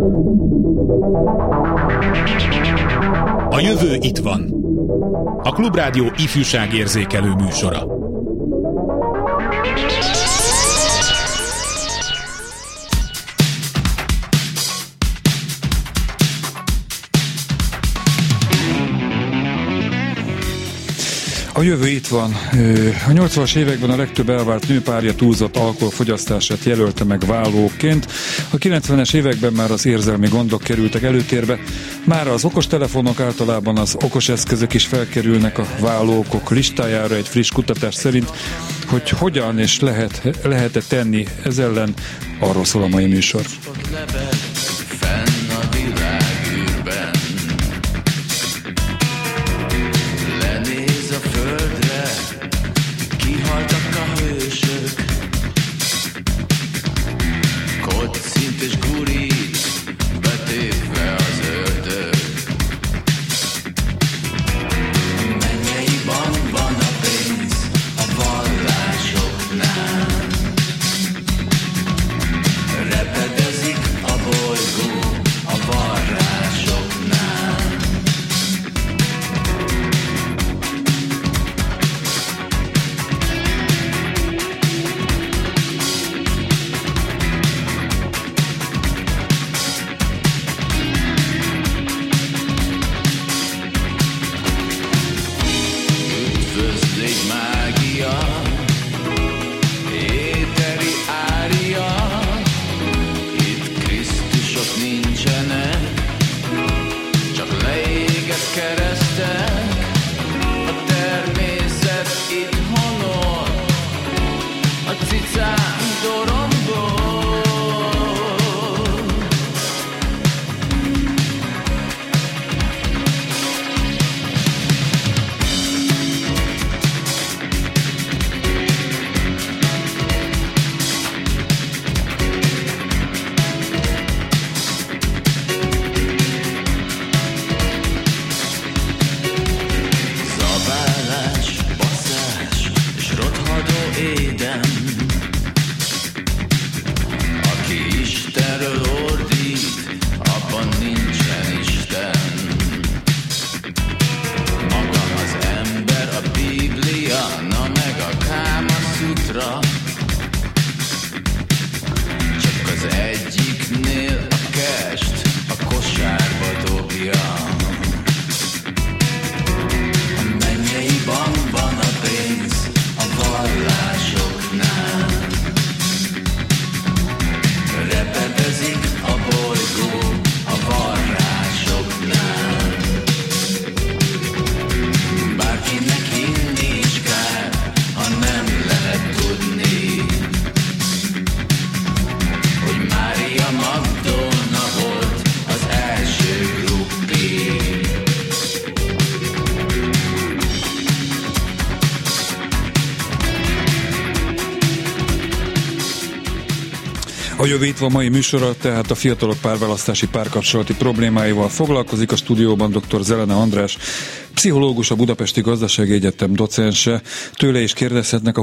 A jövő itt van. A Klubrádió ifjúságérzékelő műsora. A jövő itt van. A 80-as években a legtöbb elvárt nőpárja túlzott alkoholfogyasztását jelölte meg vállóként. A 90-es években már az érzelmi gondok kerültek előtérbe. Már az okostelefonok, általában az okos eszközök is felkerülnek a vállókok listájára egy friss kutatás szerint, hogy hogyan és lehet-e tenni ez ellen, arról szól a mai műsor. A jövő itt van mai műsora, tehát a fiatalok párválasztási párkapcsolati problémáival foglalkozik. A stúdióban dr. Zelena András, pszichológus, a Budapesti Gazdasági Egyetem docense. Tőle is kérdezhetnek a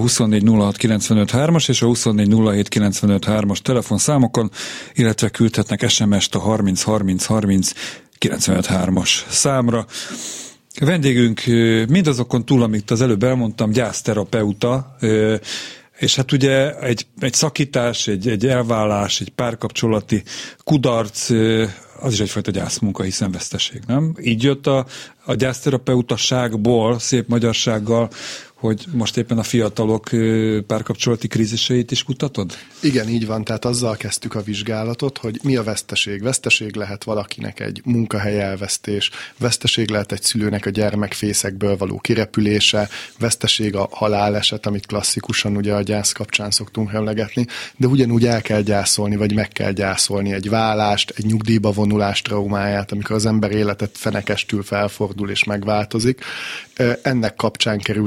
2406953-as és a 2407953-as telefonszámokon, illetve küldhetnek SMS-t a 303030 számra. Vendégünk mindazokon túl, amit az előbb elmondtam, gyászterapeuta, és hát ugye egy szakítás, egy elválás, egy párkapcsolati kudarc, az is egyfajta gyászmunka, hiszen veszteség, nem? Így jött a gyászterapeutaságból, szép magyarsággal, hogy most éppen a fiatalok párkapcsolati kríziseit is kutatod? Igen, így van, tehát azzal kezdtük a vizsgálatot, hogy mi a veszteség. Veszteség lehet valakinek egy munkahely elvesztés, veszteség lehet egy szülőnek a gyermekfészekből való kirepülése, veszteség a haláleset, amit klasszikusan ugye a gyász kapcsán szoktunk emlegetni, de ugyanúgy el kell gyászolni, vagy meg kell gyászolni egy válást, egy nyugdíjba vonulás traumáját, amikor az ember életet fenekestül felfordul és megváltozik. Ennek kapcsán került a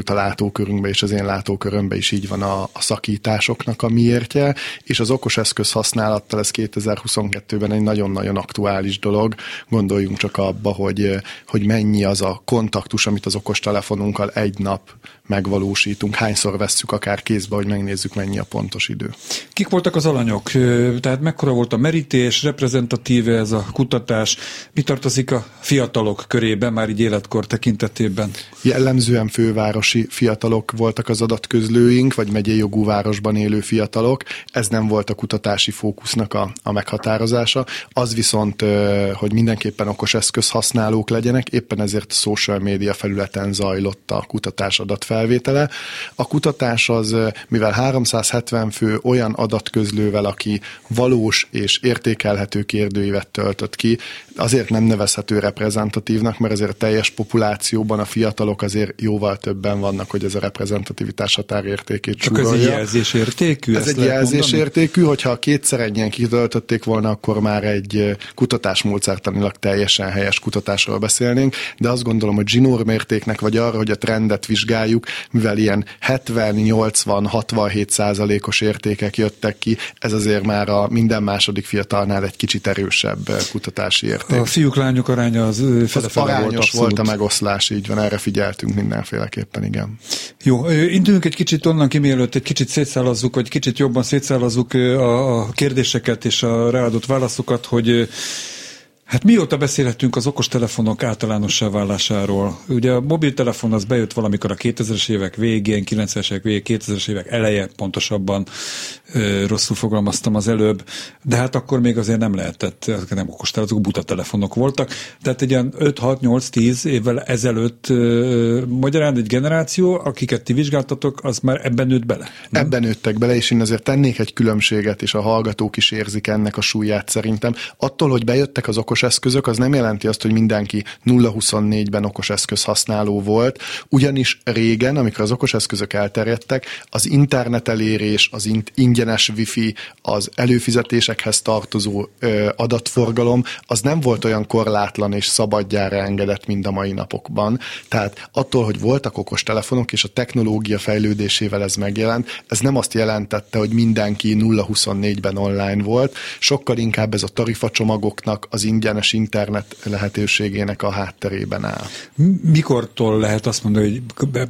látókörünkben és az én látókörömben is így van a szakításoknak a miértje, és az okos eszköz használattal ez 2022-ben egy nagyon-nagyon aktuális dolog. Gondoljunk csak abba, hogy mennyi az a kontaktus, amit az okostelefonunkkal egy nap megvalósítunk, hányszor vesszük akár kézbe, hogy megnézzük, mennyi a pontos idő. Kik voltak az alanyok? Tehát mekkora volt a merítés, reprezentatíve ez a kutatás? Mi tartozik a fiatalok körében, már így életkor tekintetében? Jellemzően fővárosi fiatalok voltak az adatközlőink, vagy megyei jogú városban élő fiatalok. Ez nem volt a kutatási fókusznak a meghatározása. Az viszont, hogy mindenképpen okos eszköz használók legyenek, éppen ezért a social media felületen zajlott a kutatás adatfelvétele. A kutatás az, mivel 370 fő olyan adatközlővel, aki valós és értékelhető kérdőívet töltött ki, azért nem nevezhető reprezentatívnak, mert azért a teljes populációban a fiatalok azért jóval többen vannak, hogy ez a reprezentativitás határértékét súrolja. Csak ez egy jelzésértékű? Ez egy jelzésértékű, hogyha kétszer ennyien kitöltötték volna, akkor már egy kutatásmódszertanilag teljesen helyes kutatásról beszélnénk, de azt gondolom, hogy zsinórmértéknek vagy arra, hogy a trendet vizsgáljuk, mivel ilyen 70-80-67%-os értékek jöttek ki, ez azért már a minden második fiatalnál egy kicsit erősebb kutatási érték. A fiúk-lányok aránya az fele-fele volt arányos volt a megoszlás, így van, erre figyeltünk mindenféleképpen, igen. Jó, induljunk egy kicsit onnan ki, mielőtt egy kicsit szétszállazzuk, vagy kicsit jobban szétszállazzuk a kérdéseket és a ráadott válaszokat, hogy hát mióta beszélhetünk az okostelefonok általánossá válásáról? Ugye a mobiltelefon az bejött valamikor a 2000-es évek végén, 90-es évek végén, 2000-es évek eleje, pontosabban rosszul fogalmaztam az előbb, de hát akkor még azért nem lehetett, nem okostelefonok, buta telefonok voltak, tehát egy ilyen 5-6-8-10 évvel ezelőtt magyarán egy generáció, akiket ti vizsgáltatok, az már ebben nőtt bele? Nem? Ebben nőttek bele, és én azért tennék egy különbséget, és a hallgatók is érzik ennek a súlyát szerintem. Attól, hogy bejöttek az okos eszközök, az nem jelenti azt, hogy mindenki 0-24-ben okos eszköz használó volt, ugyanis régen, amikor az okos eszközök elterjedtek, az internet elérés, az ingyenes wifi, az előfizetésekhez tartozó adatforgalom, az nem volt olyan korlátlan és szabadjára engedett, mint a mai napokban. Tehát attól, hogy voltak okos telefonok, és a technológia fejlődésével ez megjelent, ez nem azt jelentette, hogy mindenki 0-24-ben online volt, sokkal inkább ez a tarifacsomagoknak, az ingyenes internet lehetőségének a hátterében áll. Mikortól lehet azt mondani, hogy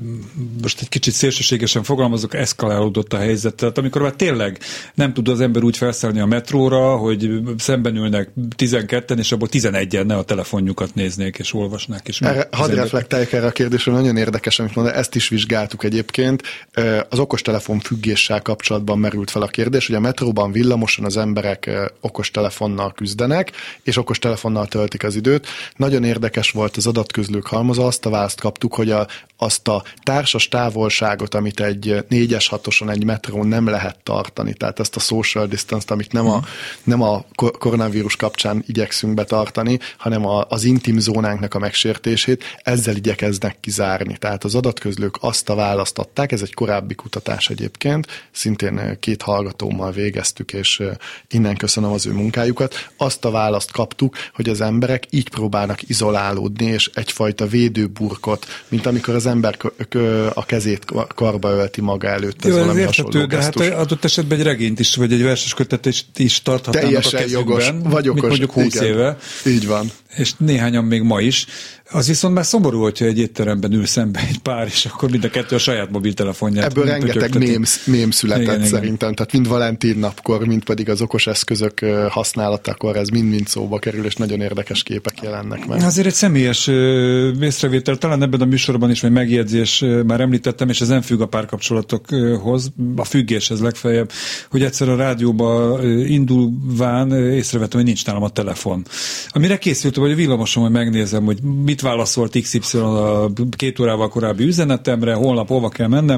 most egy kicsit szélsőségesen fogalmazok, eszkalálódott a helyzet? Tehát amikor már tényleg nem tud az ember úgy felszállni a metróra, hogy szemben ülnek 12-en, és abból 11-en ne a telefonjukat néznék és olvasnák. És hadd reflektáljak erre a kérdésre, nagyon érdekes, amit mondani, ezt is vizsgáltuk egyébként. Az okostelefon függéssel kapcsolatban merült fel a kérdés, hogy a metróban villamoson az emberek okostelefonnal küzdenek, és okostelefonnal töltik az időt. Nagyon érdekes volt az adatközlők halmaza, azt a választ kaptuk, hogy azt a társas távolságot, amit egy 4-es 6-oson egy metrón nem lehet tartani, tehát ezt a social distance-t, amit nem a koronavírus kapcsán igyekszünk betartani, hanem az intim zónánknak a megsértését, ezzel igyekeznek kizárni. Tehát az adatközlők azt a választ adták, ez egy korábbi kutatás egyébként, szintén 2 hallgatómmal végeztük, és innen köszönöm az ő munkájukat. Azt a választ kaptuk, hogy az emberek így próbálnak izolálódni, és egyfajta védőburkot, mint amikor az ember a kezét karba ölti maga előtt. Ez valami hasonló de hát adott esetben egy regényt is, vagy egy verses kötetet is tarthatnának teljesen a kezükben, jogos, vagy okos, mondjuk 20 éve. Így van. És néhányan még ma is. Az viszont már szomorú, hogyha egy étteremben ül szembe egy pár, és akkor mind a kettő a saját mobiltelefonját. Ebből rengeteg mém született igen, szerintem, tehát mind Valentin napkor, mind pedig az okos eszközök használatakor ez mind-mind szóba kerül, és nagyon érdekes képek jelennek meg. Azért egy személyes észrevétel, talán ebben a műsorban is, vagy megjegyzés már említettem, és ez nem függ a párkapcsolatokhoz, a függéshez legfeljebb, hogy egyszer a rádióba indulván észrevettem, hogy nincs nálam a telefon. Amire készültem, hogy a villamoson, hogy megnézem, hogy mit válaszolt XY a 2 órával korábbi üzenetemre, holnap hova kell mennem,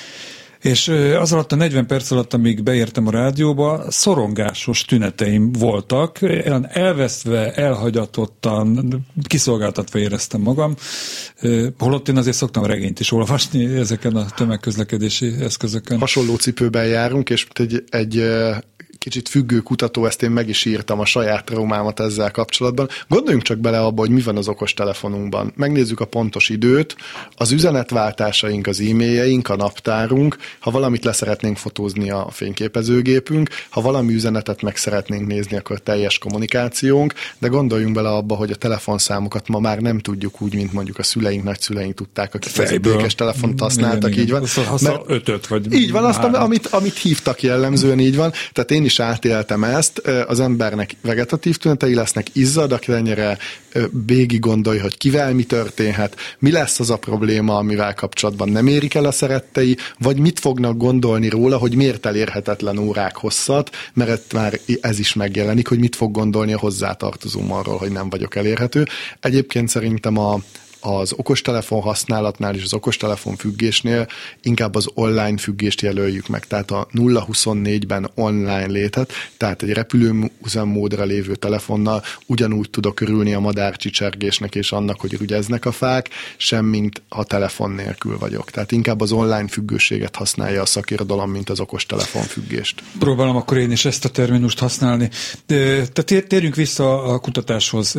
és az alatt a 40 perc alatt, amíg beértem a rádióba, szorongásos tüneteim voltak, elvesztve, elhagyatottan, kiszolgáltatva éreztem magam, holott én azért szoktam regényt is olvasni ezeken a tömegközlekedési eszközökön. Hasonló cipőben járunk, és egy kicsit függő kutató, ezt én meg is írtam a saját traumámat ezzel kapcsolatban. Gondoljunk csak bele abba, hogy mi van az okostelefonunkban. Megnézzük a pontos időt, az üzenetváltásaink, az e-mailjeink, a naptárunk, ha valamit leszeretnénk fotózni a fényképezőgépünk, ha valami üzenetet meg szeretnénk nézni, akkor teljes kommunikációnk, de gondoljunk bele abba, hogy a telefonszámokat ma már nem tudjuk úgy, mint mondjuk a szüleink, nagyszüleink tudták, akik vezetékes telefont használtak, igen. Így van. Mert 5-öt vagy így van, azt, amit hívtak jellemzően, így van. Tehát én is átéltem ezt, az embernek vegetatív tünetei lesznek, izzad a kenyere, végig gondolj, hogy kivel mi történhet, mi lesz az a probléma, amivel kapcsolatban nem érik el a szerettei, vagy mit fognak gondolni róla, hogy miért elérhetetlen órák hosszat, mert már ez is megjelenik, hogy mit fog gondolni a hozzátartozóm arról, hogy nem vagyok elérhető. Egyébként szerintem az okostelefon használatnál és az okostelefon függésnél inkább az online függést jelöljük meg, tehát a 0-24-ben online létet, tehát egy repülőüzemmódra lévő telefonnal ugyanúgy tudok örülni a madárcsicsergésnek és annak, hogy rügyeznek a fák, semmint ha telefon nélkül vagyok. Tehát inkább az online függőséget használja a szakirodalom, mint az okostelefon függést. Próbálom akkor én is ezt a terminust használni. Tehát térjünk vissza a kutatáshoz.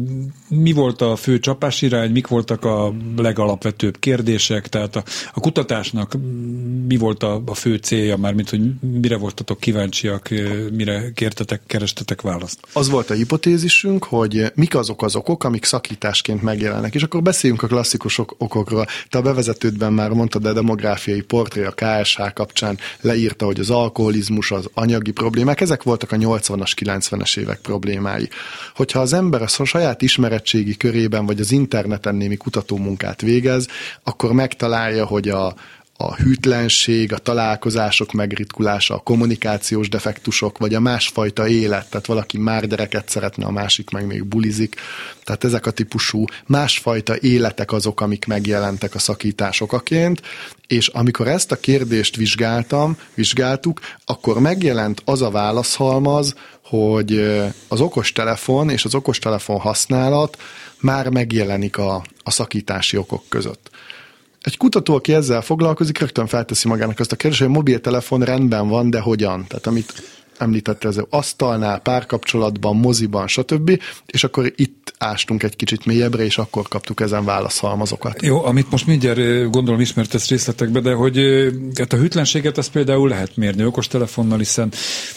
Mi volt a fő csapásirány, mik voltak a legalapvetőbb kérdések, tehát a kutatásnak mi volt a fő célja, mármint, hogy mire voltatok kíváncsiak, mire kerestetek választ? Az volt a hipotézisünk, hogy mik azok az okok, amik szakításként megjelennek, és akkor beszéljünk a klasszikus okokról. Te a bevezetődben már mondtad, de a demográfiai portré a KSH kapcsán leírta, hogy az alkoholizmus, az anyagi problémák, ezek voltak a 80-as, 90-es évek problémái. Hogyha az ember a saját ismeretségi körében, vagy az interneten némi kutatómunkát végez, akkor megtalálja, hogy a hűtlenség, a találkozások megritkulása, a kommunikációs defektusok, vagy a másfajta élet, tehát valaki már gyereket szeretne, a másik meg még bulizik, tehát ezek a típusú másfajta életek azok, amik megjelentek a szakításokaként, és amikor ezt a kérdést vizsgáltuk, akkor megjelent az a válaszhalmaz, hogy az okostelefon és az okostelefon használat már megjelenik a szakítási okok között. Egy kutató, aki ezzel foglalkozik, rögtön felteszi magának azt a kérdést, hogy a mobiltelefon rendben van, de hogyan? Tehát amit említette, ez asztalnál, párkapcsolatban, moziban, stb. És akkor itt ástunk egy kicsit mélyebbre, és akkor kaptuk ezen válaszhalmazokat. Jó, amit most mindjárt gondolom ismertesz részletekbe, de hogy hát a hűtlenséget azt például lehet mérni okostelefonnal, hiszen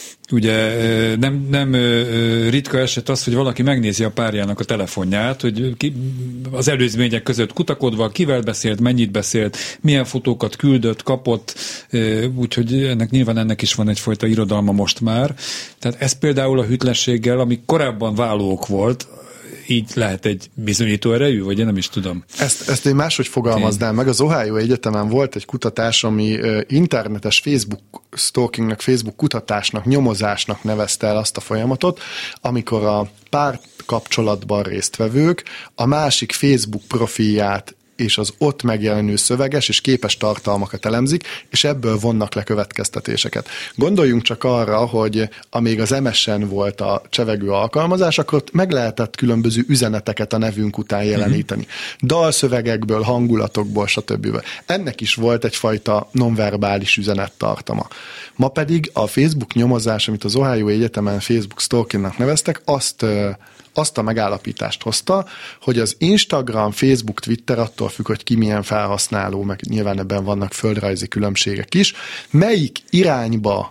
ugye nem ritka eset az, hogy valaki megnézi a párjának a telefonját, hogy az előzmények között kutakodva, kivel beszélt, mennyit beszélt, milyen fotókat küldött, kapott, úgyhogy ennek is van egyfajta irodalma most már. Tehát ez például a hűtlenséggel, ami korábban válók volt, így lehet egy bizonyító erejű, vagy én nem is tudom. Ezt én máshogy fogalmaznám meg. Az Ohio Egyetemen volt egy kutatás, ami internetes Facebook stalkingnak, Facebook kutatásnak, nyomozásnak nevezte el azt a folyamatot, amikor a párkapcsolatban résztvevők a másik Facebook profilját és az ott megjelenő szöveges és képes tartalmakat elemzik, és ebből vonnak le következtetéseket. Gondoljunk csak arra, hogy amíg az MSN volt a csevegő alkalmazás, akkor meg lehetett különböző üzeneteket a nevünk után jeleníteni. Dalszövegekből, hangulatokból, stb. Ennek is volt egyfajta nonverbális üzenettartama. Ma pedig a Facebook nyomozás, amit az Ohio Egyetemen Facebook stalkingnak neveztek, azt a megállapítást hozta, hogy az Instagram, Facebook, Twitter attól függ, hogy ki milyen felhasználó, meg nyilván ebben vannak földrajzi különbségek is, melyik irányba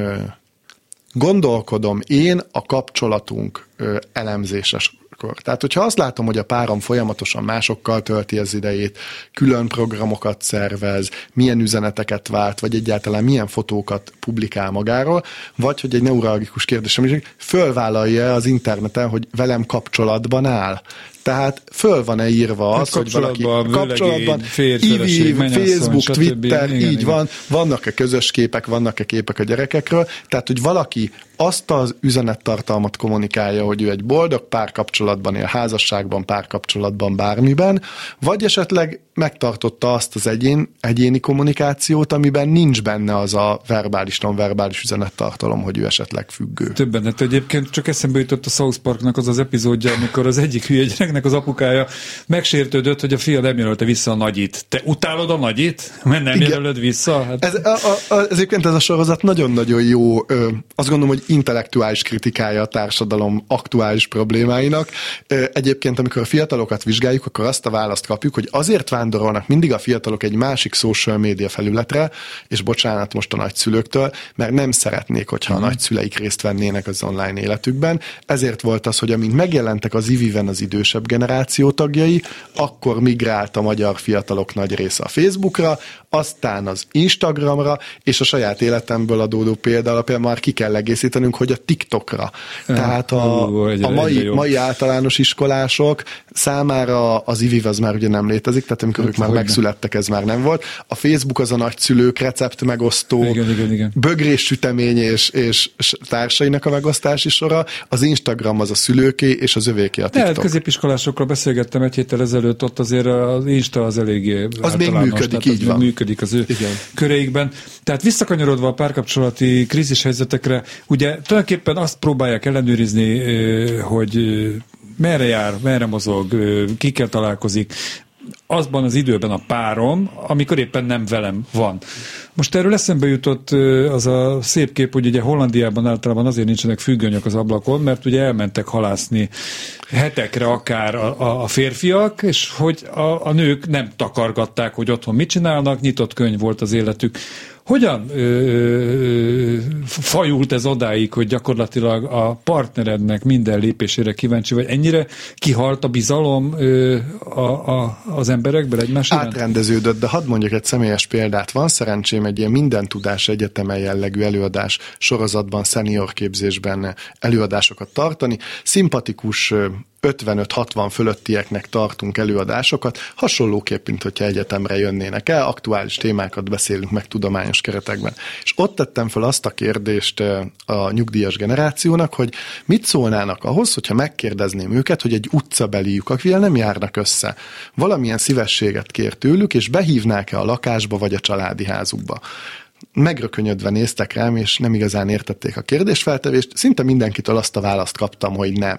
gondolkodom én a kapcsolatunk elemzéseskor. Tehát, hogyha azt látom, hogy a párom folyamatosan másokkal tölti az idejét, külön programokat szervez, milyen üzeneteket vált, vagy egyáltalán milyen fotókat publikál magáról, vagy hogy egy neuralgikus kérdésem is, fölvállalja az interneten, hogy velem kapcsolatban áll. Tehát föl van-e írva az, hogy valaki kapcsolatban, Facebook, Twitter, igen, így van, vannak-e közös képek, vannak-e képek a gyerekekről, tehát, hogy valaki azt az üzenettartalmat kommunikálja, hogy ő egy boldog párkapcsolatban él, házasságban, párkapcsolatban, bármiben, vagy esetleg megtartotta azt az egyéni kommunikációt, amiben nincs benne az a verbális-nonverbális üzenettartalom, hogy ő esetleg függő. Többen, hát egyébként csak eszembe jutott a South Parknak az epizódja, amikor az egyik hülye gyereknek az apukája megsértődött, hogy a fia nem jelölte vissza a nagyit. Te utálod a nagyit? Mert nem jelölöd vissza? Hát... Egyébként ez a sorozat nagyon-nagyon jó, azt gondolom, hogy intellektuális kritikája a társadalom aktuális problémáinak. Egyébként, amikor a fiatalokat vizsgáljuk, akkor azt a választ kapjuk, hogy azért vándorolnak mindig a fiatalok egy másik social média felületre, és bocsánat most a nagyszülőktől, mert nem szeretnék, hogyha a nagyszüleik részt vennének az online életükben. Ezért volt az, hogy amint megjelentek az IVI-ben az idősebb generáció tagjai, akkor migrált a magyar fiatalok nagy része a Facebookra, aztán az Instagramra, és a saját életemből adódó példa alapján már ki kell egészítenünk, hogy a TikTokra. Tehát a mai általános iskolások számára az IVI az már ugye nem létezik, tehát amikor ők már megszülettek, ez már nem volt. A Facebook az a nagyszülők recept megosztó, igen. Bögrés sütemény és társainak a megosztási sora, az Instagram az a szülőké, és az övéké a TikTok. De középiskolásokról beszélgettem egy héttel ezelőtt, ott azért az Insta az eléggé az még működik, így van. Működik az ő köreikben. Tehát visszakanyarodva a párkapcsolati krízis helyzetekre, ugye tulajdonképpen azt próbálják ellenőrizni, hogy merre jár, merre mozog, kikkel találkozik, azban az időben a párom, amikor éppen nem velem van. Most erről eszembe jutott az a szép kép, hogy ugye Hollandiában általában azért nincsenek függönyök az ablakon, mert ugye elmentek halászni hetekre akár a férfiak, és hogy a nők nem takargatták, hogy otthon mit csinálnak, nyitott könyv volt az életük. Hogyan fajult ez odáig, hogy gyakorlatilag a partnerednek minden lépésére kíváncsi vagy? Ennyire kihalt a bizalom az emberekből egymás iránt? Átrendeződött, de hadd mondjak egy személyes példát. Van szerencsém egy ilyen mindentudás egyetemen jellegű előadás sorozatban, senior képzésben előadásokat tartani. Szimpatikus 55-60 fölöttieknek tartunk előadásokat, hasonlóképp, mint hogyha egyetemre jönnének el, aktuális témákat beszélünk meg tudományos keretekben. És ott tettem fel azt a kérdést a nyugdíjas generációnak, hogy mit szólnának ahhoz, hogyha megkérdezném őket, hogy egy utcabeliük, akivel nem járnak össze, valamilyen szívességet kér tőlük, és behívnák-e a lakásba vagy a családi házukba. Megrökönyödve néztek rám, és nem igazán értették a kérdésfeltevést. Szinte mindenkitől azt a választ kaptam, hogy nem.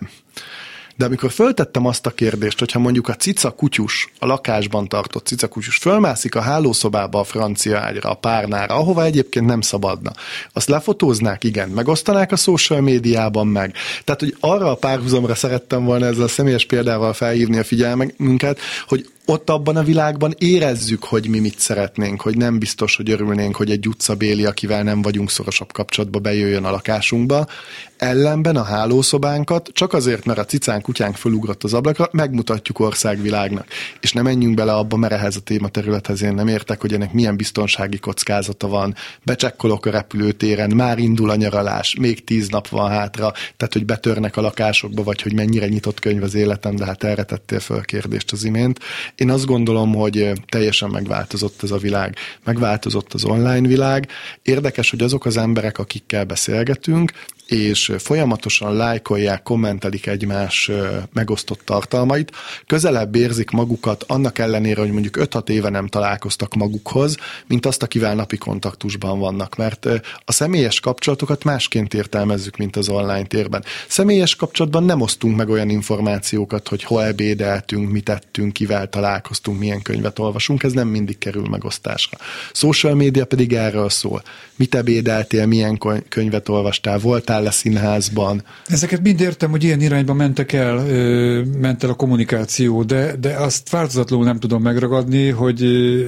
De amikor föltettem azt a kérdést, hogyha mondjuk a cica kutyus, a lakásban tartott cica kutyus fölmászik a hálószobába a francia ágyra, a párnára, ahova egyébként nem szabadna, azt lefotóznák, igen, megosztanák a social médiában meg. Tehát, hogy arra a párhuzamra szerettem volna ezzel a személyes példával felhívni a figyelmünket, hogy ott abban a világban érezzük, hogy mi mit szeretnénk, hogy nem biztos, hogy örülnénk, hogy egy utcabéli, akivel nem vagyunk szorosabb kapcsolatba, bejöjjön a lakásunkba. Ellenben a hálószobánkat csak azért, mert a cicánk, kutyánk fölugrott az ablakra, megmutatjuk országvilágnak. És nem menjünk bele abba, mert ehhez a tématerülethez én nem értek, hogy ennek milyen biztonsági kockázata van. Becsekkolok a repülőtéren, már indul a nyaralás, még 10 nap van hátra, tehát hogy betörnek a lakásokba, vagy hogy mennyire nyitott könyv az életem, de hát erre tettél föl kérdést az imént. Én azt gondolom, hogy teljesen megváltozott ez a világ, megváltozott az online világ. Érdekes, hogy azok az emberek, akikkel beszélgetünk, és folyamatosan lájkolják, kommentelik egymás megosztott tartalmait, közelebb érzik magukat annak ellenére, hogy mondjuk 5-6 éve nem találkoztak magukhoz, mint azt, akivel napi kontaktusban vannak, mert a személyes kapcsolatokat másként értelmezzük, mint az online térben. Személyes kapcsolatban nem osztunk meg olyan információkat, hogy hol ebédeltünk, mit ettünk, kivel találkoztunk, milyen könyvet olvasunk, ez nem mindig kerül megosztásra. Social media pedig erről szól. Mit ebédeltél, milyen könyvet olvastál, voltál le színházban. Ezeket mind értem, hogy ilyen irányba ment el a kommunikáció, de azt változatlanul nem tudom megragadni, hogy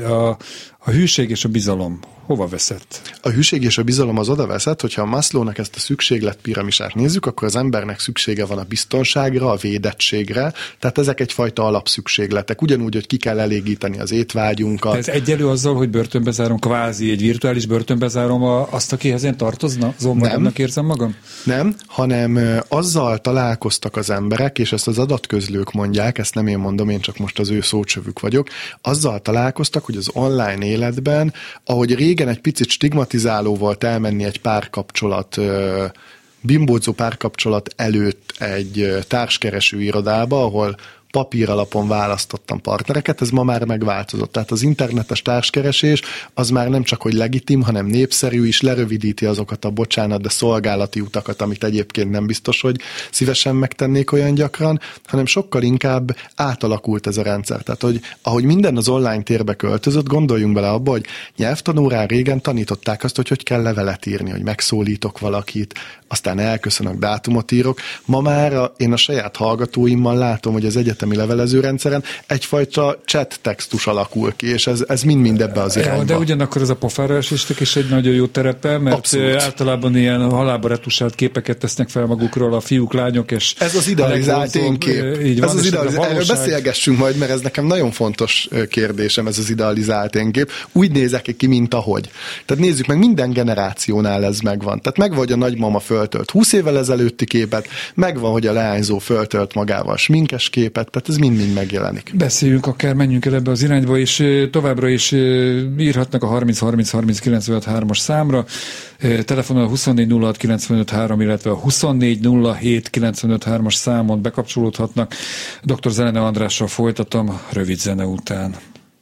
a hűség és a bizalom hova veszett? A hűség és a bizalom az oda veszett, hogyha a Maslownak ezt a szükségletpiramisát nézzük, akkor az embernek szüksége van a biztonságra, a védettségre, tehát ezek egyfajta alapszükségletek. Ugyanúgy, hogy ki kell elégíteni az étvágyunkat. Ez egyelő azzal, hogy börtönbe zárom, kvázi egy virtuális börtönbe zárom azt, akihez én tartozna? Zombadomnak érzem magam? Nem, hanem azzal találkoztak az emberek, és ezt az adatközlők mondják, ezt nem én mondom, én csak most az ő szócsövük vagyok, azzal találkoztak, hogy az online életben, ahogy régen egy picit stigmatizáló volt elmenni egy párkapcsolat bimbózó párkapcsolat előtt egy társkereső irodába, ahol papíralapon választottam partnereket, ez ma már megváltozott. Tehát az internetes társkeresés az már nem csak hogy legitim, hanem népszerű is, lerövidíti azokat a de szolgálati utakat, amit egyébként nem biztos, hogy szívesen megtennék olyan gyakran, hanem sokkal inkább átalakult ez a rendszer. Tehát, hogy ahogy minden az online térbe költözött, gondoljunk bele abba, hogy nyelvtanórán régen tanították azt, hogy kell levelet írni, hogy megszólítok valakit, aztán elköszönök, dátumot írok. Ma már én a saját hallgatóimmal látom, hogy az egyetemi levelezőrendszeren egyfajta chat textus alakul ki, és ez mind ebbe az irányba. De ugyanakkor ez a pofára eséstek is egy nagyon jó terepe, mert abszolút. Általában ilyen halálba retusált képeket tesznek fel magukról a fiúk, lányok, és ez az idealizált én kép. Ez az erről beszélgessünk majd, mert ez nekem nagyon fontos kérdésem, ez az idealizált én kép. Úgy nézek ki, mint ahogy. Tehát nézzük meg, minden generációnál ez megvan. Tehát megvan, hogy a nagymama föltölt 20 évvel ezelőtti képet, megvan, hogy a leányzó föltölt magával sminkes képet, tehát ez mind-mind megjelenik. Beszéljünk, akár menjünk el ebbe az irányba, és továbbra is írhatnak a 30-30-30-95-3-as számra, telefonon a 24 illetve a 24 as számon bekapcsolódhatnak. Dr. Zelene Andrással folytatom rövid zene után.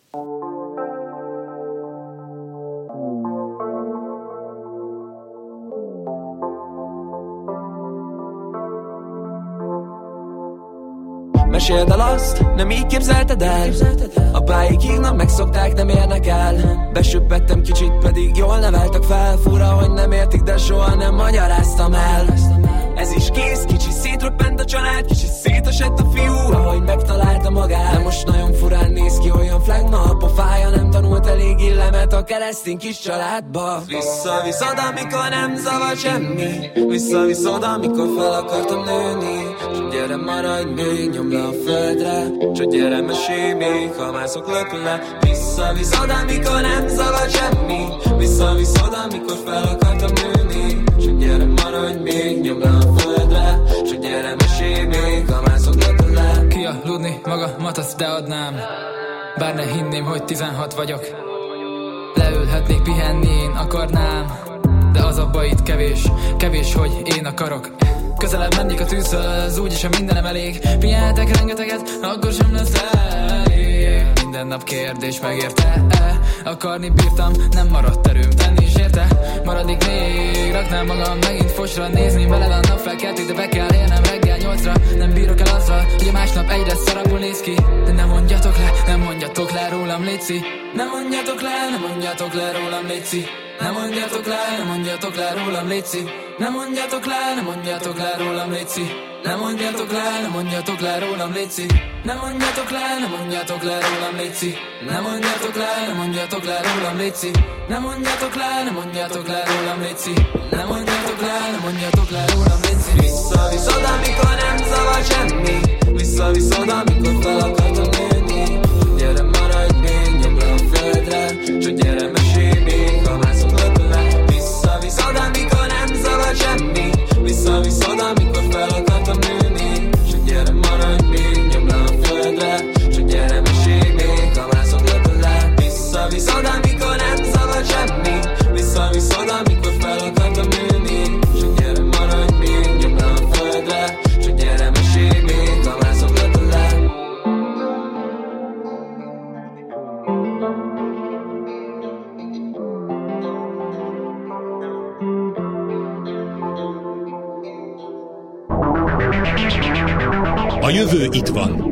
Meséld el azt, nem így képzelted el. Apáik hívnak, megszokták, nem érnek el. Besüppettem kicsit, pedig jól neveltek fel. Fura, hogy nem értik, de soha nem magyaráztam el. Ez is kész, kicsi szétröppent a család, kicsi szétesett a fiú, ahogy megtalálta magát. De most nagyon furán néz ki, olyan flagma a pofája, nem tanult elég illemet a keresztény kis családba. Vissza-visszod, amikor nem zavar semmi. Vissza-visszod, amikor fel akartam nőni. Csak gyere, maradj még, nyomd le a földre. Csak gyere, mesélj még, ha mászok lökle. Vissza-visszod, amikor nem zavar semmi. Vissza-visszod, amikor fel akartam nőni. Csak gyere, maradj még, nyomd le a földre. Csak gyere, mesélj még, ha mászok lökle. Kialudni magamat, azt te adnám. Bár ne hinném, hogy 16 vagyok. Leülhetnék, pihenni én akarnám. De az a baj itt kevés, kevés, hogy én akarok. Közelebb mennék a tűzhöz, úgyis a mindenem elég. Pihenhetek rengeteget, akkor sem lesz elég. Minden nap kérdés, megérte-e? Akarni bírtam, nem maradt erőm, tenni is érte. Maradnék még, raknám magam megint fosra. Nézni veled a napfelkeltét, de be kell élnem reggel 8-ra. Nem bírok el azzal, hogy a másnap egyre szarabbul néz ki. De nem mondjatok le rólam, léci. Nem mondjatok le rólam, léci. Nem mondjatok le rólam, léci. Nem mondjatok le rólam, léci. Nem mondjatok le rólam, léci. Nem mondjatok le rólam, léci. Nem mondjatok le rólam, léci. Nem mondjatok le rólam, léci. Nem mondjatok le rólam, léci. Vissza-visszod, amikor nem zavar semmi. Vissza-visszod, amikor fel akartam nőni. Gyere, maradj még, nyomd le a földre. Csak gyere, mesélj még, ha mászok lökle. Vissza-visszod, amikor nem zavar semmi. Vissza-visszod, amikor fel akartam nőni. Csak gyere, maradj még, nyomd le a földre. Csak gyere, mesélj még, ha mászok lökle. Vissza-visszod, amikor nem zavar semmi. Vissza-visszod, amikor fel akartam nőni. Csak gyere, maradj még, nyomd le a földre. Csak gyere, mesélj még, ha mászok lökle. A jövő itt van.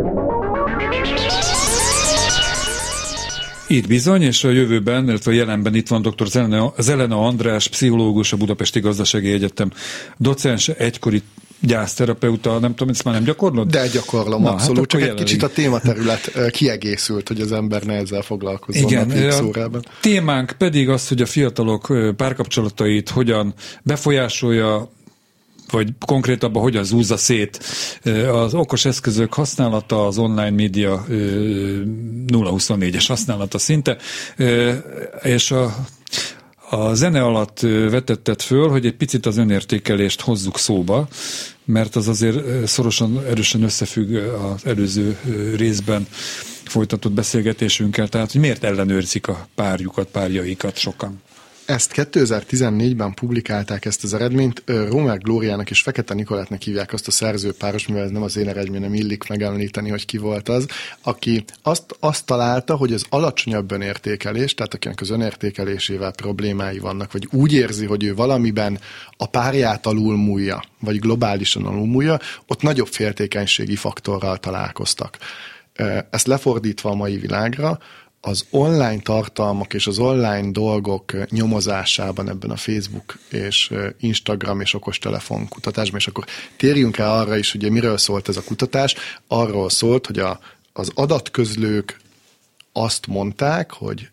Itt bizony, és a jövőben, illetve a jelenben itt van dr. Zelene András, pszichológus, a Budapesti Gazdasági Egyetem docense, egykori gyászterapeuta, nem tudom, ezt már nem gyakorlod? De gyakorlom, abszolút, csak egy kicsit a tématerület kiegészült, hogy az ember ne ezzel foglalkozzon. Igen, a témánk pedig az, hogy a fiatalok párkapcsolatait hogyan befolyásolja, vagy konkrétabban hogyan zúzza szét az okos eszközök használata, az online média 0-24-es használata szinte, és a zene alatt vetetted föl, hogy egy picit az önértékelést hozzuk szóba, mert az azért szorosan, erősen összefügg az előző részben folytatott beszélgetésünkkel, tehát hogy miért ellenőrzik a párjaikat sokan? Ezt 2014-ben publikálták ezt az eredményt. Rómer Glóriának és Fekete Nikolátnak hívják azt a szerzőpáros, mivel ez nem az én eredményem, illik megemlíteni, hogy ki volt az, aki azt találta, hogy az alacsonyabb önértékelés, tehát akinek az önértékelésével problémái vannak, vagy úgy érzi, hogy ő valamiben a párját alulmúlja, vagy globálisan alulmúlja, ott nagyobb féltékenységi faktorral találkoztak. Ezt lefordítva a mai világra, az online tartalmak és az online dolgok nyomozásában ebben a Facebook és Instagram és okostelefon kutatásban, és akkor térjünk rá arra is, ugye miről szólt ez a kutatás, arról szólt, hogy az adatközlők azt mondták, hogy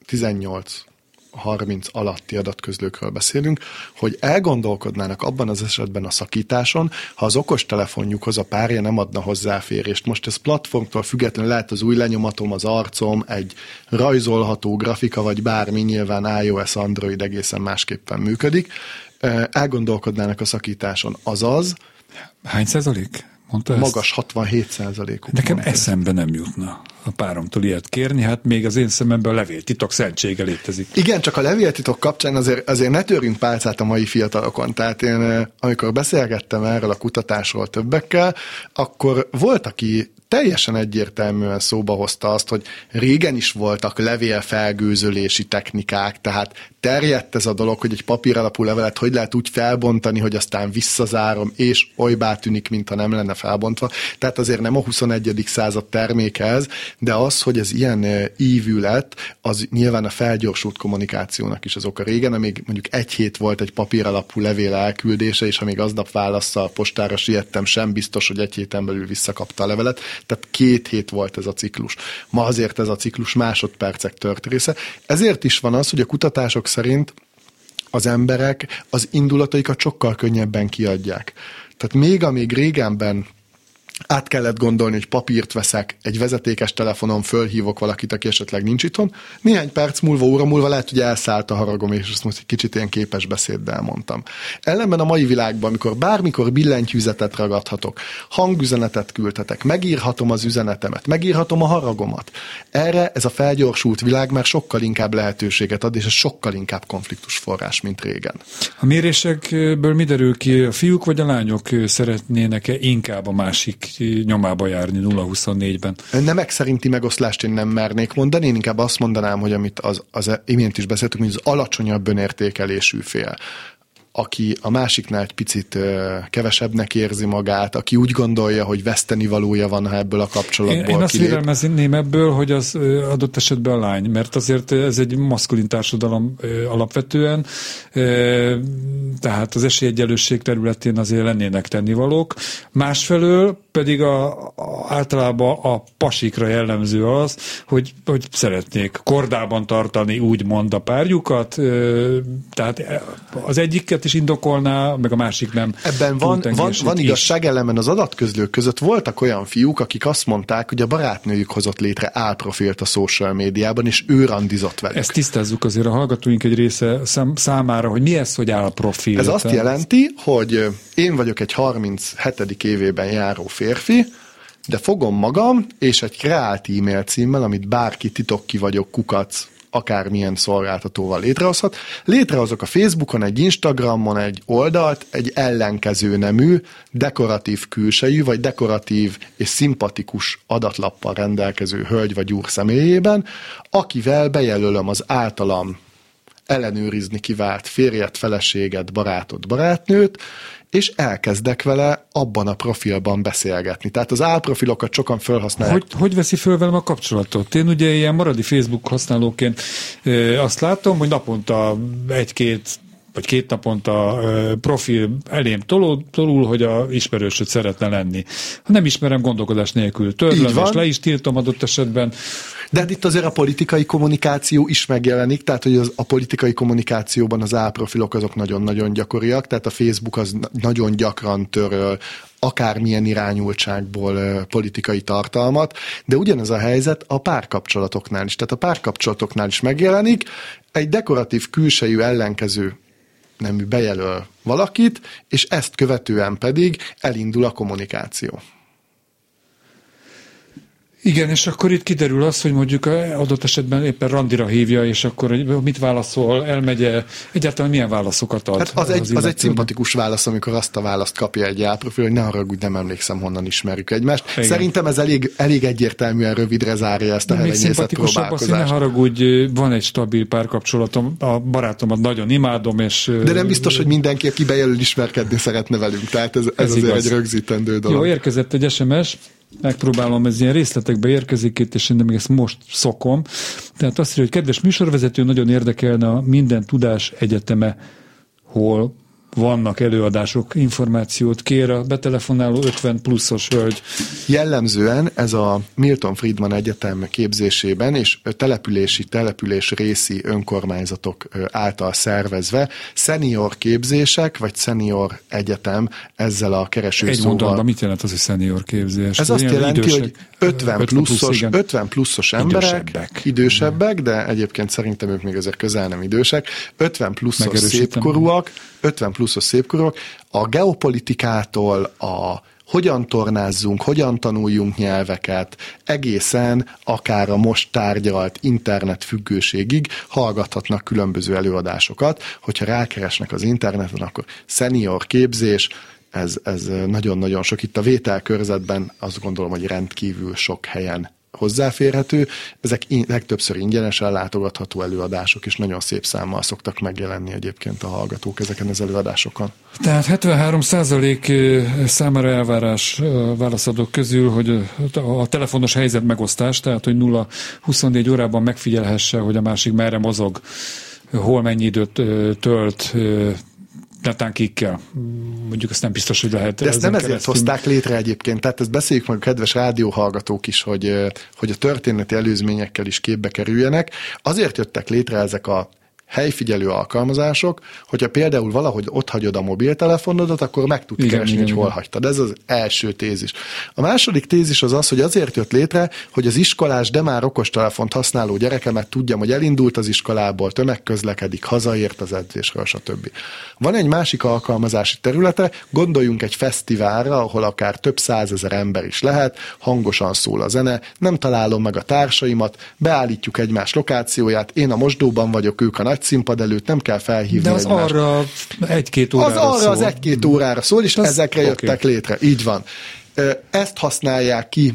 18-30 alatti adatközlőkről beszélünk, hogy elgondolkodnának abban az esetben a szakításon, ha az okostelefonjukhoz a párja nem adna hozzáférést. Most ez platformtól függetlenül lehet az új lenyomatom, az arcom, egy rajzolható grafika, vagy bármi, nyilván iOS, Android egészen másképpen működik. Elgondolkodnának a szakításon. Azaz... Hány százalék? Magas 67%-uk. Nekem eszembe nem jutna a páromtól ilyet kérni, hát még az én szememben a levéltitok szentsége létezik. Igen, csak a levéltitok kapcsán azért ne törjünk pálcát a mai fiatalokon. Tehát én, amikor beszélgettem erről a kutatásról többekkel, akkor volt, aki teljesen egyértelműen szóba hozta azt, hogy régen is voltak levélfelgőzölési technikák, tehát terjedt ez a dolog, hogy egy papíralapú levelet hogy lehet úgy felbontani, hogy aztán visszazárom, és olybá tűnik, mintha nem lenne felbontva. Tehát azért nem a 21. század terméke ez, de az, hogy ez ilyen ívű lett, az nyilván a felgyorsult kommunikációnak is az oka. Régen, amíg mondjuk egy hét volt egy papíralapú levél elküldése, és amíg aznap válasszal postára siettem, sem biztos, hogy egy héten belül visszakapta a levelet. Tehát 2 hét volt ez a ciklus. Ma azért ez a ciklus másodpercek tört része. Ezért is van az, hogy a kutatások szerint az emberek az indulataikat sokkal könnyebben kiadják. Tehát még amíg régenben át kellett gondolni, hogy papírt veszek, egy vezetékes telefonon fölhívok valakit, aki esetleg nincs itthon, néhány perc múlva, óra múlva lehet, hogy elszállt a haragom, és ezt most egy kicsit ilyen képes beszéddel mondtam. Ellenben a mai világban, amikor bármikor billentyűzetet ragadhatok, hangüzenetet küldhetek, megírhatom az üzenetemet, megírhatom a haragomat. Erre ez a felgyorsult világ már sokkal inkább lehetőséget ad, és ez sokkal inkább konfliktusforrás, mint régen. A mérésekből mi derül ki, a fiúk vagy a lányok szeretnének-e inkább a másik nyomába járni 0-24-ben? Nemek szerinti megoszlást én nem mernék mondani, én inkább azt mondanám, hogy amit az imént is beszéltünk, hogy az alacsonyabb önértékelésű fél, aki a másiknál egy picit kevesebbnek érzi magát, aki úgy gondolja, hogy vesztenivalója van, ha ebből a kapcsolatból Én azt vélelmezném ebből, hogy az adott esetben a lány, mert azért ez egy maszkulin társadalom alapvetően, tehát az esélyegyenlőség területén azért lennének tennivalók. Másfelől pedig általában a pasikra jellemző az, hogy szeretnék kordában tartani úgymond a párjukat, tehát az egyiket is indokolná, meg a másik nem. Ebben van igazság, ellenben az adatközlők között voltak olyan fiúk, akik azt mondták, hogy a barátnőjük hozott létre álprofilt a social médiában, és ő randizott velük. Ezt tisztázzuk azért a hallgatóink egy része számára, hogy mi ez, hogy álprofil. Ez azt jelenti, hogy én vagyok egy 37. évében járó férfi, de fogom magam, és egy kreált e-mail címmel, amit bárki titokki vagyok, kukac, akármilyen szolgáltatóval létrehozhat. Létrehozok a Facebookon, egy Instagramon egy oldalt, egy ellenkező nemű, dekoratív külsejű, vagy dekoratív és szimpatikus adatlappal rendelkező hölgy vagy úr személyében, akivel bejelölöm az általam ellenőrizni kivált férjet, feleséget, barátot, barátnőt, és elkezdek vele abban a profilban beszélgetni. Tehát az álprofilokat sokan felhasználják. Hogy veszi föl velem a kapcsolatot? Én ugye ilyen maradi Facebook használóként azt látom, hogy naponta 1-2 vagy 2 naponta profil elém tolul, hogy a ismerősöd szeretne lenni. Ha nem ismerem, gondolkodás nélkül törlöm, és le is tiltom adott esetben. De hát itt azért a politikai kommunikáció is megjelenik, tehát hogy a politikai kommunikációban az álprofilok azok nagyon-nagyon gyakoriak, tehát a Facebook az nagyon gyakran töröl akármilyen irányultságból politikai tartalmat, de ugyanez a helyzet a párkapcsolatoknál is. Tehát a párkapcsolatoknál is megjelenik, egy dekoratív külsejű ellenkező nemű bejelöl valakit, és ezt követően pedig elindul a kommunikáció. Igen, és akkor itt kiderül az, hogy mondjuk adott esetben éppen randira hívja, és akkor mit válaszol, elmegy-e, egyáltalán milyen válaszokat ad? Hát az egy szimpatikus válasz, amikor azt a választ kapja egy álprofil, hogy ne haragudj, nem emlékszem, honnan ismerjük egymást. Igen. Szerintem ez elég egyértelműen rövidre zárja ezt a hevenyészet próbálkozást. Ne haragudj, van egy stabil párkapcsolatom, a barátomat nagyon imádom, és... De nem biztos, hogy mindenki, aki bejelöl, ismerkedni szeretne velünk, tehát ez azért igaz. Egy rögzítendő dolog. Jó, érkezett egy SMS, megpróbálom, ez ilyen részletekbe érkezik itt, és én még ezt most szokom. Tehát azt írja, hogy kedves műsorvezető, nagyon érdekelne a Minden Tudás Egyeteme, hol vannak előadások, információt kér a betelefonáló 50 pluszos hölgy. Jellemzően ez a Milton Friedman Egyetem képzésében és település részi önkormányzatok által szervezve szenior képzések, vagy szenior egyetem ezzel a keresőszóval. Egy mondatban mit jelent az, hogy szenior képzés? Ez azt jelenti, hogy 50 pluszos emberek, idősebbek, de egyébként szerintem ők még azért közel nem idősek, 50 pluszos szépkorúak, a geopolitikától, a hogyan tornázzunk, hogyan tanuljunk nyelveket, egészen akár a most tárgyalt internet függőségig hallgathatnak különböző előadásokat. Hogyha rákeresnek az interneten, akkor senior képzés, ez nagyon-nagyon sok. Itt a vételkörzetben azt gondolom, hogy rendkívül sok helyen hozzáférhető. Ezek legtöbbször ingyenesen látogatható előadások, és nagyon szép számmal szoktak megjelenni egyébként a hallgatók ezeken az előadásokon. Tehát 73% számára elvárás válaszadók közül, hogy a telefonos helyzet megosztás, tehát hogy 0-24 órában megfigyelhesse, hogy a másik merre mozog, hol mennyi időt tölt, netán kikkel. Mondjuk azt nem biztos, hogy lehet. De ezt nem ezért hozták létre egyébként. Tehát ezt beszéljük meg a kedves rádióhallgatók is, hogy a történeti előzményekkel is képbe kerüljenek. Azért jöttek létre ezek a helyfigyelő alkalmazások, hogyha például valahogy ott hagyod a mobiltelefonodat, akkor meg tudsz keresni, hogy hol hagytad. Ez az első tézis. A második tézis az, hogy azért jött létre, hogy az iskolás, de már okostelefont használó gyerekemet tudjam, hogy elindult az iskolából, tömegközlekedik, hazaért az edzésről, stb. Van egy másik alkalmazási területe, gondoljunk egy fesztiválra, ahol akár több százezer ember is lehet, hangosan szól a zene, nem találom meg a társaimat, beállítjuk egymás lokációját, én a mosdóban vagyok, ők a nagy színpad előtt, nem kell felhívni. De az egymást. Arra egy-két órára szól. Az arra az egy-két órára szól, és ezekre jöttek létre. Így van. Ezt használják ki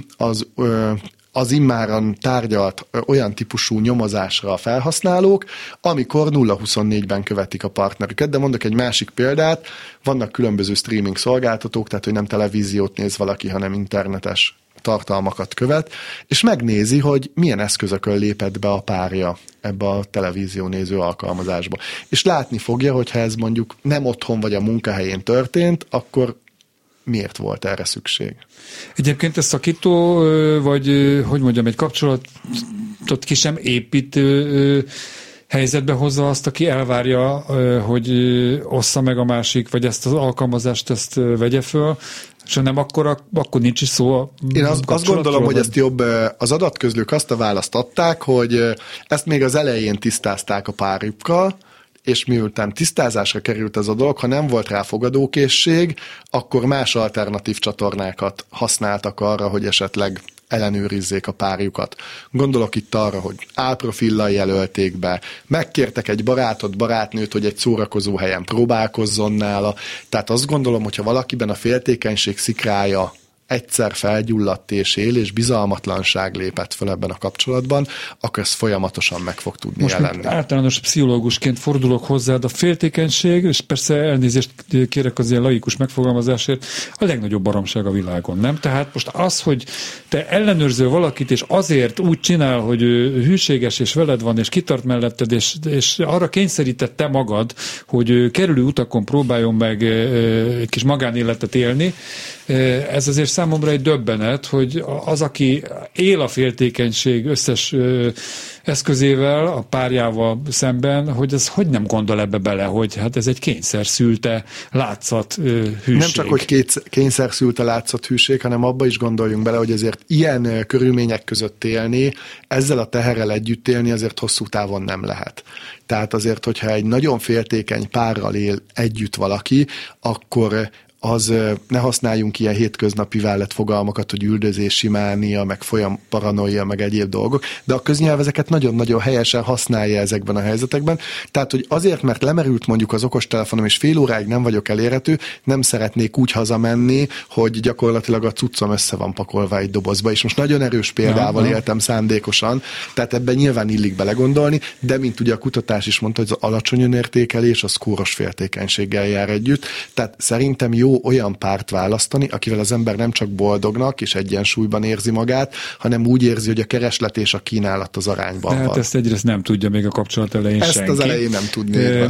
az immáron tárgyalt olyan típusú nyomozásra a felhasználók, amikor 0-24-ben követik a partnerüket. De mondok egy másik példát, vannak különböző streaming szolgáltatók, tehát hogy nem televíziót néz valaki, hanem internetes tartalmakat követ, és megnézi, hogy milyen eszközökön lépett be a párja ebbe a televíziónéző alkalmazásba. És látni fogja, hogy ha ez mondjuk nem otthon vagy a munkahelyén történt, akkor miért volt erre szükség? Egyébként ez szakító, vagy hogy mondjam, egy kapcsolatot ki sem építő helyzetbe hozza azt, aki elvárja, hogy ossza meg a másik, vagy ezt az alkalmazást ezt vegye föl, és ha nem, akkor nincs is szó. Én azt gondolom, hogy ezt jobb, az adatközlők azt a választ adták, hogy ezt még az elején tisztázták a párjukkal, és miután tisztázásra került ez a dolog, ha nem volt rá fogadókészség, akkor más alternatív csatornákat használtak arra, hogy esetleg ellenőrizzék a párjukat. Gondolok itt arra, hogy álprofillal jelölték be, megkértek egy barátnőt, hogy egy szórakozó helyen próbálkozzon nála. Tehát azt gondolom, hogyha valakiben a féltékenység szikrája egyszer felgyulladt és él, és bizalmatlanság lépett fel ebben a kapcsolatban, akkor ez folyamatosan meg fog tudni jelenni. Most általános pszichológusként fordulok hozzád, a féltékenység, és persze elnézést kérek az ilyen laikus megfogalmazásért, a legnagyobb baromság a világon, nem? Tehát most az, hogy te ellenőrzöl valakit, és azért úgy csinál, hogy hűséges, és veled van, és kitart melletted, és arra kényszerített te magad, hogy kerülő utakon próbáljon meg egy kis magánéletet élni, ez azért számomra egy döbbenet, hogy az, aki él a féltékenység összes eszközével, a párjával szemben, hogy ez hogy nem gondol ebbe bele, hogy hát ez egy kényszerszülte látszat hűség. Nem csak, hogy kényszerszülte látszat hűség, hanem abba is gondoljunk bele, hogy ezért ilyen körülmények között élni, ezzel a teherrel együtt élni azért hosszú távon nem lehet. Tehát azért, hogyha egy nagyon féltékeny párral él együtt valaki, akkor az ne használjunk ilyen hétköznapi vállett fogalmakat, hogy üldözési mánia, meg folyam paranoia, meg egyéb dolgok, de a köznyelv ezeket nagyon-nagyon helyesen használja ezekben a helyzetekben. Tehát, hogy azért, mert lemerült mondjuk az okostelefonom, és fél óráig nem vagyok elérhető, nem szeretnék úgy hazamenni, hogy gyakorlatilag a cuccom össze van pakolva egy dobozba, és most nagyon erős példával éltem szándékosan, tehát ebben nyilván illik belegondolni, de mint ugye a kutatás is mondta, hogy az alacsony önértékelés az kóros féltékenységgel jár együtt, tehát szerintem jó olyan párt választani, akivel az ember nem csak boldognak és egyensúlyban érzi magát, hanem úgy érzi, hogy a kereslet és a kínálat az arányban van. Hát ezt egyrészt nem tudja még a kapcsolat elején ezt senki. Az elején nem tudni.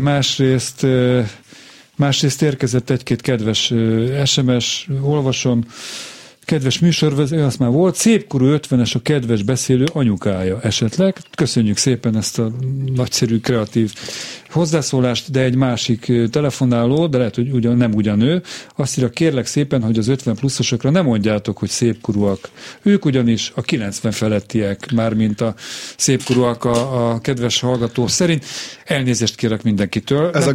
Másrészt érkezett egy-két kedves SMS, olvasom, kedves műsorvezető, azt már volt, szépkorú 50-es a kedves beszélő anyukája esetleg. Köszönjük szépen ezt a nagyszerű, kreatív hozzászólást, de egy másik telefonáló, de lehet, hogy nem ugyanő, azt írja, kérlek szépen, hogy az 50 pluszosokra nem mondjátok, hogy szépkorúak. Ők ugyanis a 90 felettiek, mármint a szépkorúak a kedves hallgató szerint. Elnézést kérek mindenkitől. Ez a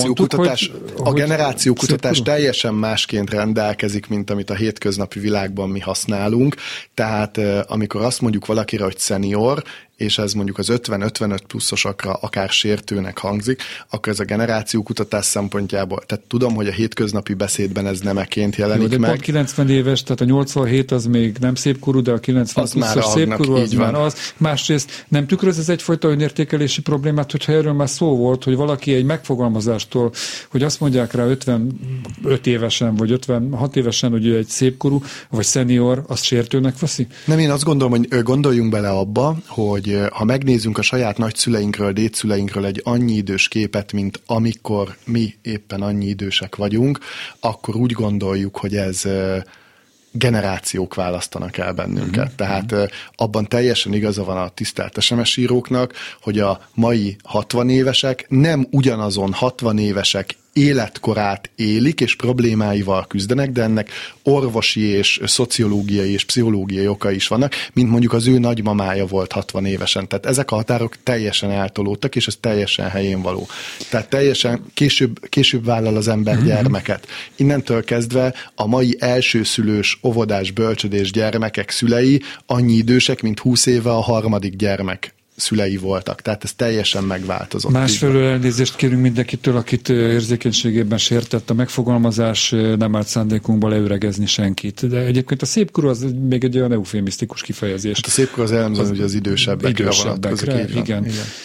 generációkutatás teljesen másként rendelkezik, mint amit a hétköznapi világban mi használunk. Tehát amikor azt mondjuk valakire, hogy senior, és ez mondjuk az 50-55 pluszosakra akár sértőnek hangzik, akkor ez a generációkutatás szempontjából, tehát tudom, hogy a hétköznapi beszédben ez nemeként jelenik meg. Pont 90 éves, tehát a 87 az még nem szépkorú, de a 90 az pluszos szépkorú, az már az. Másrészt nem tükröz ez egyfajta önértékelési problémát, hogyha erről már szó volt, hogy valaki egy megfogalmazástól, hogy azt mondják rá 55 évesen, vagy 56 évesen, hogy ő egy szépkorú, vagy senior, azt sértőnek veszi? Nem, én azt gondolom, hogy gondoljunk bele abba, hogy ha megnézzünk a saját nagyszüleinkről, dédszüleinkről egy annyi idős képet, mint amikor mi éppen annyi idősek vagyunk, akkor úgy gondoljuk, hogy ez generációk választanak el bennünket. Tehát abban teljesen igaza van a tisztelt SMS íróknak, hogy a mai 60 évesek nem ugyanazon 60 évesek életkorát élik, és problémáival küzdenek, de ennek orvosi és szociológiai és pszichológiai okai is vannak, mint mondjuk az ő nagymamája volt 60 évesen. Tehát ezek a határok teljesen eltolódtak, és ez teljesen helyén való. Tehát teljesen később vállal az ember gyermeket. Innentől kezdve a mai elsőszülős, óvodás, bölcsödés gyermekek szülei annyi idősek, mint 20 éve a harmadik gyermek szülei voltak. Tehát ez teljesen megváltozott. Másfelől elnézést kérünk mindenkitől, akit érzékenységében sértett a megfogalmazás, nem állt szándékunkba leüregezni senkit. De egyébként a szépkorú az még egy olyan eufémisztikus kifejezés. Hát a szépkorú az jellemzően, hogy az idősebbekre vonatkozik. Igen.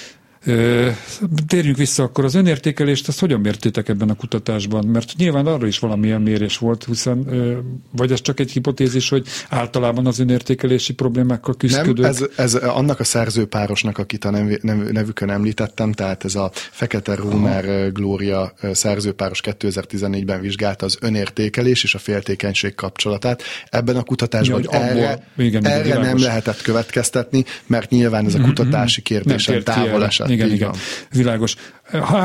Térjünk vissza akkor az önértékelést, ezt hogyan mértétek ebben a kutatásban? Mert nyilván arra is valamilyen mérés volt, hiszen vagy ez csak egy hipotézis, hogy általában az önértékelési problémákkal küzdködők? Nem, ez annak a szerzőpárosnak, akit a nevükön említettem, tehát ez a Fekete Rómer Glória szerzőpáros 2014-ben vizsgálta az önértékelés és a féltékenység kapcsolatát. Ebben a kutatásban erre nem lehetett következtetni, mert nyilván ez a kutatási kérdésen távol esett. Igen, világos. Ha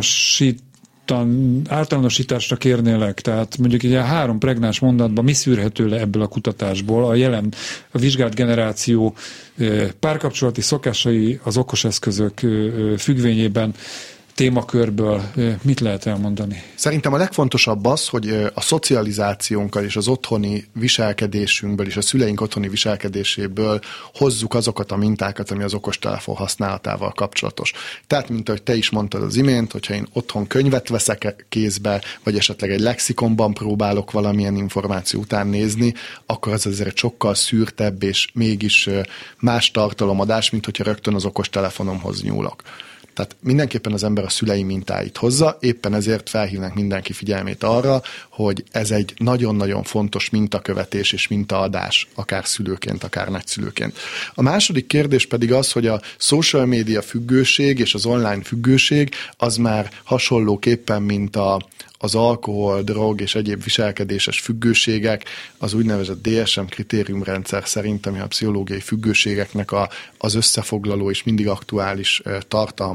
általánosításra kérnélek, tehát mondjuk ilyen 3 pregnáns mondatban mi szűrhető le ebből a kutatásból, a vizsgált generáció párkapcsolati szokásai az okos eszközök függvényében, témakörből mit lehet elmondani? Szerintem a legfontosabb az, hogy a szocializációnkkal és az otthoni viselkedésünkből és a szüleink otthoni viselkedéséből hozzuk azokat a mintákat, ami az okostelefon használatával kapcsolatos. Tehát, mint ahogy te is mondtad az imént, hogyha én otthon könyvet veszek kézbe, vagy esetleg egy lexikonban próbálok valamilyen információ után nézni, akkor az azért sokkal szűrtebb és mégis más tartalomadás, mint hogyha rögtön az okostelefonomhoz nyúlok. Tehát mindenképpen az ember a szülei mintáit hozza, éppen ezért felhívnak mindenki figyelmét arra, hogy ez egy nagyon-nagyon fontos mintakövetés és mintaadás, akár szülőként, akár nagyszülőként. A második kérdés pedig az, hogy a social media függőség és az online függőség az már hasonlóképpen, mint az alkohol, drog és egyéb viselkedéses függőségek, az úgynevezett DSM kritériumrendszer szerint, ami a pszichológiai függőségeknek az összefoglaló és mindig aktuális tartalma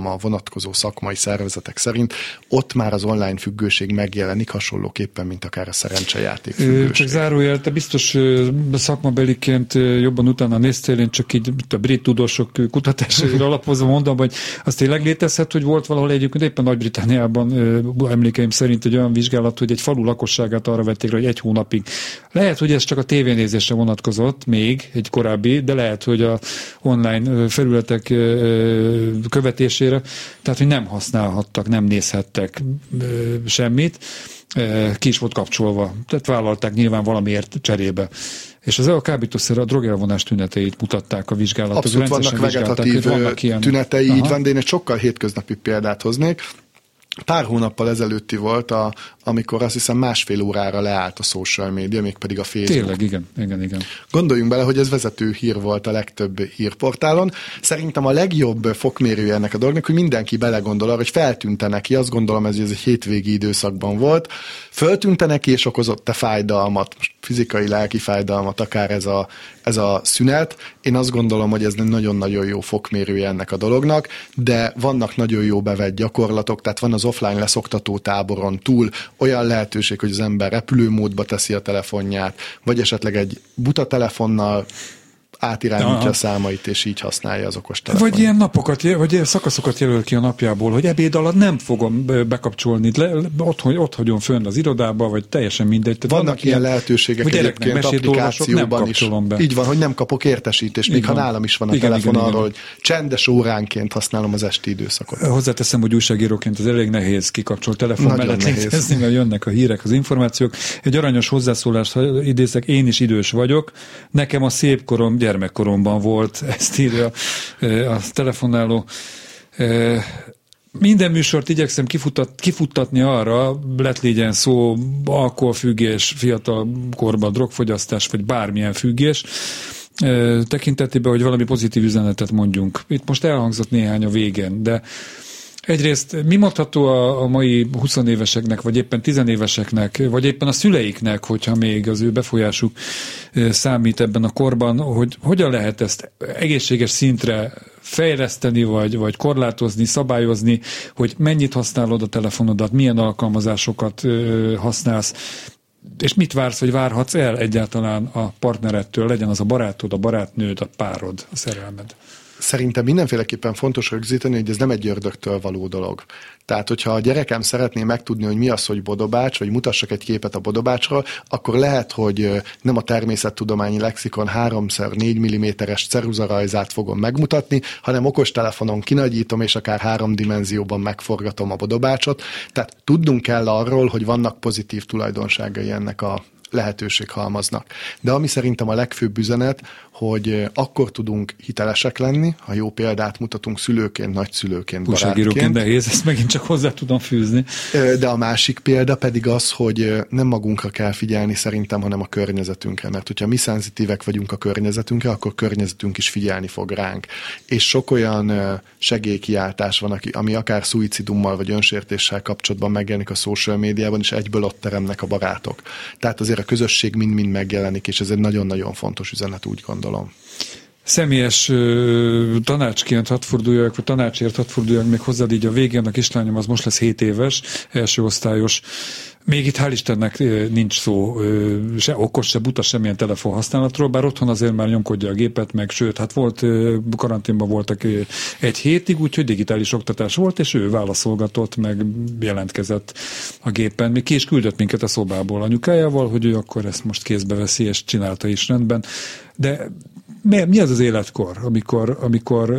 a vonatkozó szakmai szervezetek szerint ott már az online függőség megjelenik hasonlóképpen, mint akár a szerencsejáték függőség. Csak zárójel, te biztos szakmabeliként jobban utána néztél, én csak így a brit tudósok kutatásaira alapozva mondom, hogy az tényleg létezhet, hogy volt valahol egyébként éppen Nagy-Britanniában emlékeim szerint egy olyan vizsgálat, hogy egy falu lakosságát arra vették, hogy 1 hónapig. Lehet, hogy ez csak a tévénézésre vonatkozott még egy korábbi, de lehet, hogy a online felületek követésére, tehát, hogy nem használhattak, nem nézhettek semmit, ki is volt kapcsolva. Tehát vállalták nyilván valamiért cserébe. És az a kábítószer, a drogelvonás tüneteit mutatták a vizsgálatok. Abszolút vannak vegetatív tünetei, így van, de én egy sokkal hétköznapi példát hoznék. Pár hónappal ezelőtti volt, amikor azt hiszem 1,5 órára leállt a social media, mégpedig a Facebook. Tényleg, igen. Gondoljunk bele, hogy ez vezető hír volt a legtöbb hírportálon. Szerintem a legjobb fokmérője ennek a dolognak, hogy mindenki belegondol arra, hogy feltűnte neki, azt gondolom ez egy hétvégi időszakban volt, föltűnte neki és okozott-e fájdalmat, fizikai, lelki fájdalmat, akár ez a szünet. Én azt gondolom, hogy ez nagyon-nagyon jó fokmérője ennek a dolognak, de vannak nagyon jó bevett gyakorlatok, tehát van az offline leszoktató táboron túl olyan lehetőség, hogy az ember repülőmódba teszi a telefonját, vagy esetleg egy buta telefonnal átirányítja a számait, és így használja az okostelefont. Vagy ilyen napokat, vagy szakaszokat jelöl ki a napjából, hogy ebéd alatt nem fogom bekapcsolni, ott hagyom fönn az irodába, vagy teljesen mindegy. Vannak ilyen lehetőségek egyébként applikációban is. Be. Így van, hogy nem kapok értesítést, még ha nálam is van a telefon arról, hogy csendes óránként használom az esti időszakot. Hozzáteszem, hogy újságíróként az elég nehéz kikapcsolt telefon mellett létezni, mert jönnek a hírek, az információk. Egy aranyos hozzászólást idézek, én is idős vagyok, nekem a szép korom gyermekkoromban volt, ezt írja a telefonáló. Minden műsort igyekszem kifuttatni arra, legyen szó alkoholfüggés, fiatal korban drogfogyasztás, vagy bármilyen függés, tekintetében, hogy valami pozitív üzenetet mondjunk. Itt most elhangzott néhány a végén, de egyrészt mi mondható a mai 20 éveseknek, vagy éppen 10 éveseknek, vagy éppen a szüleiknek, hogyha még az ő befolyásuk számít ebben a korban, hogy hogyan lehet ezt egészséges szintre fejleszteni, vagy korlátozni, szabályozni, hogy mennyit használod a telefonodat, milyen alkalmazásokat használsz, és mit vársz, vagy várhatsz el egyáltalán a partnerettől, legyen az a barátod, a barátnőd, a párod, a szerelmed? Szerintem mindenféleképpen fontos rögzíteni, hogy ez nem egy ördögtől való dolog. Tehát, hogyha a gyerekem szeretné megtudni, hogy mi az, hogy bodobács, vagy mutassak egy képet a bodobácsról, akkor lehet, hogy nem a természettudományi lexikon 3x4 mm-es ceruzarajzát fogom megmutatni, hanem okostelefonon kinagyítom, és akár 3 dimenzióban megforgatom a bodobácsot. Tehát tudnunk kell arról, hogy vannak pozitív tulajdonságai ennek a lehetőséghalmaznak. De ami szerintem a legfőbb üzenet, hogy akkor tudunk hitelesek lenni, ha jó példát mutatunk szülőként, nagyszülőként, barátként. Újságíróként nehéz, ezt megint csak hozzá tudom fűzni. De a másik példa pedig az, hogy nem magunkra kell figyelni szerintem, hanem a környezetünkre. Mert hogyha mi szenzitívek vagyunk a környezetünkre, akkor környezetünk is figyelni fog ránk. És sok olyan segélykiáltás van, ami akár szuicidummal vagy önsértéssel kapcsolatban megjelenik a social médiában, és egyből ott teremnek a barátok. Tehát azért a közösség mind-mind megjelenik, és ez egy nagyon-nagyon fontos üzenet, úgy gondolom. Személyes tanácsként hadd forduljak, vagy tanácsért hadd forduljak még hozzád így a végén, a kislányom az most lesz 7 éves, első osztályos. Még itt hál' Istennek nincs szó se okos, se buta, semmilyen telefonhasználatról, bár otthon azért már nyomkodja a gépet, meg sőt, hát volt, karanténban voltak 1 hétig, úgyhogy digitális oktatás volt, és ő válaszolgatott, meg jelentkezett a gépen. Még ki is küldött minket a szobából anyukájával, hogy ő akkor ezt most kézbe veszi, és csinálta is rendben. De mi az az életkor, amikor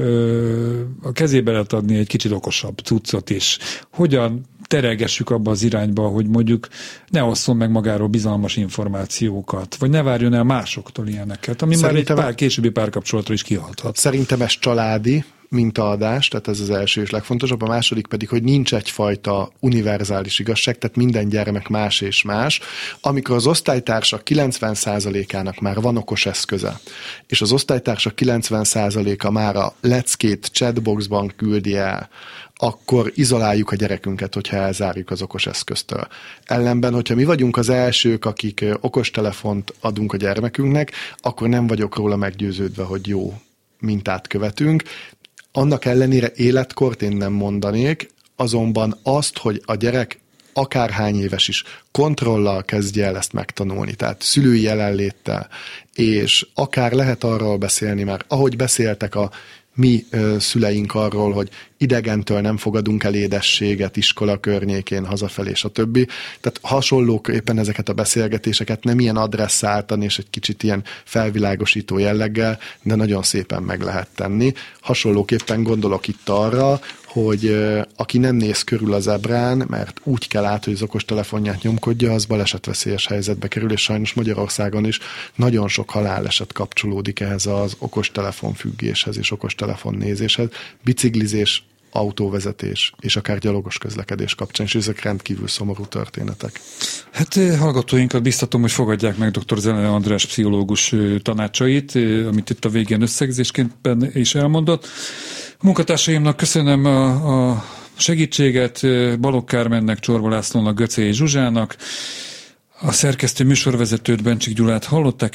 a kezébe lehet adni egy kicsit okosabb cuccot is? Hogyan terelgessük abba az irányba, hogy mondjuk ne osszon meg magáról bizalmas információkat, vagy ne várjon el másoktól ilyeneket, ami szerintem már egy későbbi párkapcsolatra is kihathat. Szerintem ez családi mintaadás, tehát ez az első és legfontosabb, a második pedig, hogy nincs egyfajta univerzális igazság, tehát minden gyermek más és más. Amikor az osztálytársak 90%-ának már van okos eszköze, és az osztálytársak 90%-a már a leckét chatboxban küldi el, akkor izoláljuk a gyerekünket, hogyha elzárjuk az okos eszköztől. Ellenben, hogyha mi vagyunk az elsők, akik okostelefont adunk a gyermekünknek, akkor nem vagyok róla meggyőződve, hogy jó mintát követünk. Annak ellenére életkort én nem mondanék, azonban azt, hogy a gyerek akárhány éves is kontrollal kezdje el ezt megtanulni, tehát szülői jelenléttel, és akár lehet arról beszélni, mert ahogy beszéltek a mi szüleink arról, hogy idegentől nem fogadunk el édességet iskola környékén, hazafelé, stb. Tehát hasonlók éppen ezeket a beszélgetéseket nem ilyen adresszáltan és egy kicsit ilyen felvilágosító jelleggel, de nagyon szépen meg lehet tenni. Hasonlóképpen gondolok itt arra, hogy aki nem néz körül az ebrán, mert úgy kell át, hogy az okostelefonját nyomkodja, az balesetveszélyes helyzetbe kerül, és sajnos Magyarországon is nagyon sok haláleset kapcsolódik ehhez az okostelefon függéshez és okostelefon nézéshez. Biciklizés, autóvezetés és akár gyalogos közlekedés kapcsán, és ezek rendkívül szomorú történetek. Hát hallgatóinkat biztatom, hogy fogadják meg dr. Zelene András pszichológus tanácsait, amit itt a végén összegzésként is elmondott. A munkatársaimnak köszönöm a segítséget, Balogh Kármennek, Csorba Lászlónak, Göcé Zsuzsának, a szerkesztő műsorvezetőt, Bencsik Gyulát hallották.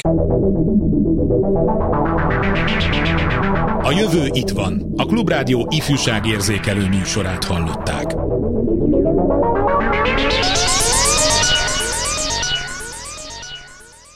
A jövő itt van. A Klubrádió ifjúságérzékelő műsorát hallották.